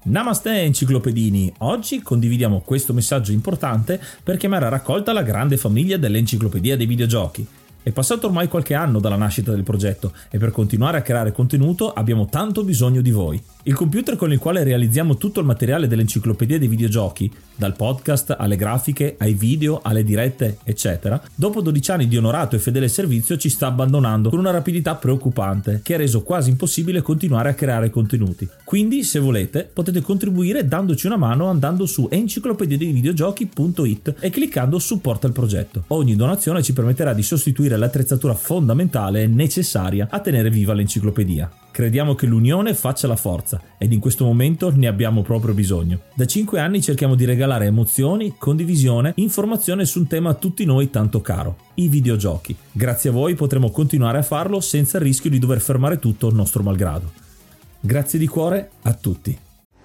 Namaste enciclopedini, oggi condividiamo questo messaggio importante per chiamare a raccolta la grande famiglia dell'Enciclopedia dei Videogiochi. È passato ormai qualche anno dalla nascita del progetto e per continuare a creare contenuto abbiamo tanto bisogno di voi. Il computer con il quale realizziamo tutto il materiale dell'Enciclopedia dei Videogiochi, dal podcast alle grafiche, ai video, alle dirette, eccetera, dopo 12 anni di onorato e fedele servizio ci sta abbandonando con una rapidità preoccupante che ha reso quasi impossibile continuare a creare contenuti. Quindi, se volete, potete contribuire dandoci una mano andando su enciclopediadeivideogiochi.it e cliccando supporta il progetto. Ogni donazione ci permetterà di sostituire l'attrezzatura fondamentale e necessaria a tenere viva l'enciclopedia. Crediamo che l'unione faccia la forza ed in questo momento ne abbiamo proprio bisogno. Da 5 anni cerchiamo di regalare emozioni, condivisione, informazione su un tema a tutti noi tanto caro, i videogiochi. Grazie a voi potremo continuare a farlo senza il rischio di dover fermare tutto nostro malgrado. Grazie di cuore a tutti.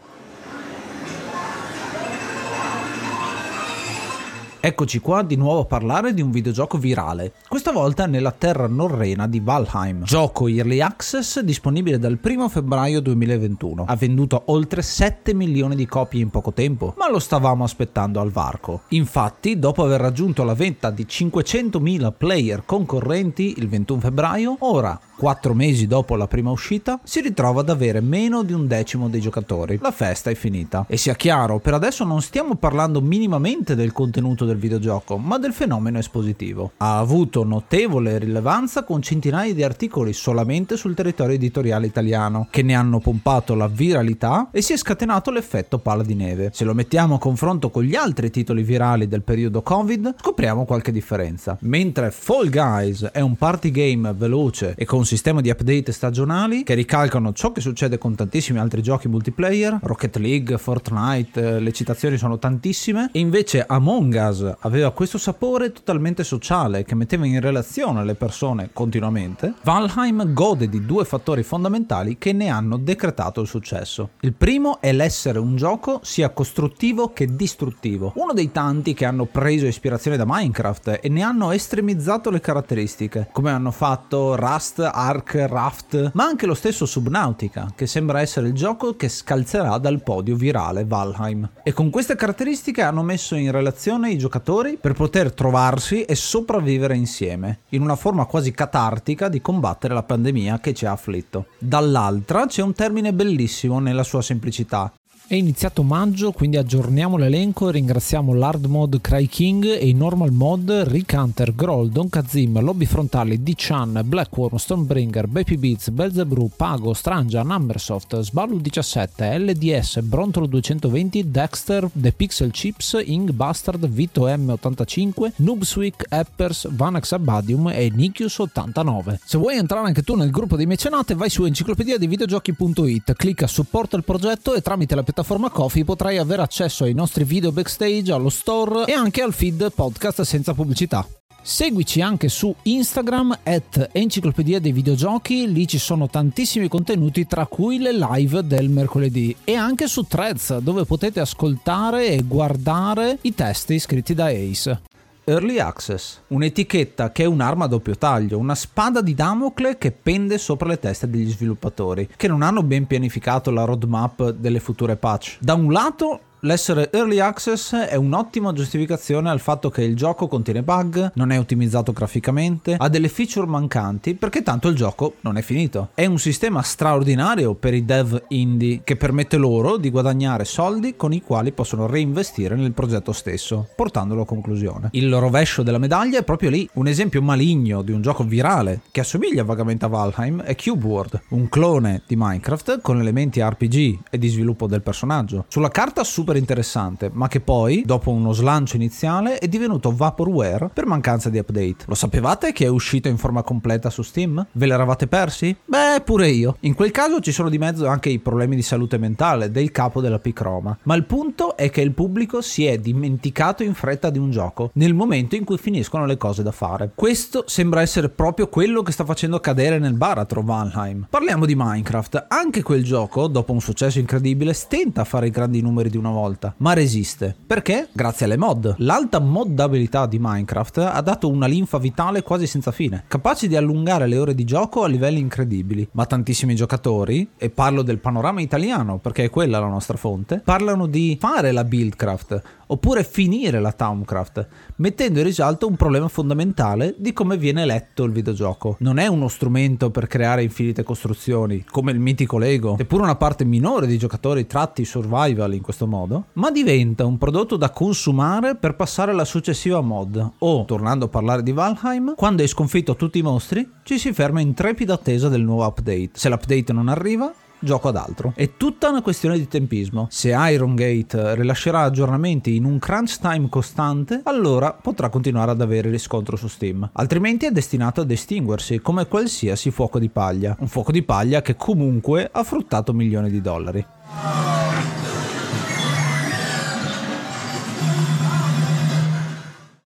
Eccoci qua di nuovo a parlare di un videogioco virale, questa volta nella terra norrena di Valheim. Gioco Early Access disponibile dal 1 febbraio 2021. Ha venduto oltre 7 milioni di copie in poco tempo, ma lo stavamo aspettando al varco. Infatti, dopo aver raggiunto la vetta di 500.000 player concorrenti il 21 febbraio, ora, 4 mesi dopo la prima uscita, si ritrova ad avere meno di un decimo dei giocatori. La festa è finita. E sia chiaro, per adesso non stiamo parlando minimamente del contenuto del videogioco, ma del fenomeno espositivo. Ha avuto notevole rilevanza con centinaia di articoli solamente sul territorio editoriale italiano, che ne hanno pompato la viralità e si è scatenato l'effetto palla di neve. Se lo mettiamo a confronto con gli altri titoli virali del periodo Covid, scopriamo qualche differenza. Mentre Fall Guys è un party game veloce e con sistema di update stagionali che ricalcano ciò che succede con tantissimi altri giochi multiplayer, Rocket League, Fortnite, le citazioni sono tantissime, e invece Among Us aveva questo sapore totalmente sociale che metteva in relazione le persone continuamente, Valheim gode di 2 fattori fondamentali che ne hanno decretato il successo. Il primo è l'essere un gioco sia costruttivo che distruttivo, uno dei tanti che hanno preso ispirazione da Minecraft e ne hanno estremizzato le caratteristiche, come hanno fatto Rust, Ark, Raft, ma anche lo stesso Subnautica, che sembra essere il gioco che scalzerà dal podio virale Valheim. E con queste caratteristiche hanno messo in relazione i giocatori per poter trovarsi e sopravvivere insieme, in una forma quasi catartica di combattere la pandemia che ci ha afflitto. Dall'altra c'è un termine bellissimo nella sua semplicità. È iniziato maggio, quindi aggiorniamo l'elenco e ringraziamo l'hard mod Cry King e i normal mod Rick Hunter, Groll, Don Kazim, Lobby Frontali, D-Chan, Blackworm, Stonebringer, Baby Beats, Belzebrew, Pago, Strangia, Numbersoft, Sballu17, LDS, Brontolo 220, Dexter, The Pixel Chips, Ing Bastard, Vito M85, Noobswick, Eppers, Vanex Abadium e Nikius89. Se vuoi entrare anche tu nel gruppo dei mecenate, vai su enciclopediadeivideogiochi.it, clicca supporta il progetto e tramite la piattaforma Ko-fi potrai avere accesso ai nostri video backstage, allo store e anche al feed podcast senza pubblicità. Seguici anche su Instagram @enciclopedia dei videogiochi, lì ci sono tantissimi contenuti tra cui le live del mercoledì, e anche su Threads dove potete ascoltare e guardare i testi scritti da Ace. Early Access, un'etichetta che è un'arma a doppio taglio, una spada di Damocle che pende sopra le teste degli sviluppatori, che non hanno ben pianificato la roadmap delle future patch. Da un lato, l'essere early access è un'ottima giustificazione al fatto che il gioco contiene bug, non è ottimizzato graficamente, ha delle feature mancanti perché tanto il gioco non è finito. È un sistema straordinario per i dev indie che permette loro di guadagnare soldi con i quali possono reinvestire nel progetto stesso, portandolo a conclusione. Il rovescio della medaglia è proprio lì. Un esempio maligno di un gioco virale che assomiglia vagamente a Valheim è Cube World, un clone di Minecraft con elementi RPG e di sviluppo del personaggio. Sulla carta super interessante, ma che poi, dopo uno slancio iniziale, è divenuto vaporware per mancanza di update. Lo sapevate che è uscito in forma completa su Steam? Ve l'eravate persi? Beh, pure io. In quel caso ci sono di mezzo anche i problemi di salute mentale del capo della Picroma, ma il punto è che il pubblico si è dimenticato in fretta di un gioco nel momento in cui finiscono le cose da fare. Questo sembra essere proprio quello che sta facendo cadere nel baratro Valheim. Parliamo di Minecraft. Anche quel gioco, dopo un successo incredibile, stenta a fare i grandi numeri di una volta. volta, ma resiste. Perché? Grazie alle mod. L'alta moddabilità di Minecraft ha dato una linfa vitale quasi senza fine, capaci di allungare le ore di gioco a livelli incredibili, ma tantissimi giocatori, e parlo del panorama italiano perché è quella la nostra fonte, parlano di fare la buildcraft oppure finire la towncraft, mettendo in risalto un problema fondamentale di come viene letto il videogioco. Non è uno strumento per creare infinite costruzioni, come il mitico Lego, seppur una parte minore di giocatori tratti survival in questo modo, ma diventa un prodotto da consumare per passare alla successiva mod, o, tornando a parlare di Valheim, quando hai sconfitto tutti i mostri, ci si ferma in trepida attesa del nuovo update. Se l'update non arriva, gioco ad altro. È tutta una questione di tempismo. Se Iron Gate rilascerà aggiornamenti in un crunch time costante, allora potrà continuare ad avere riscontro su Steam. Altrimenti è destinato ad estinguersi come qualsiasi fuoco di paglia. Un fuoco di paglia che comunque ha fruttato milioni di dollari.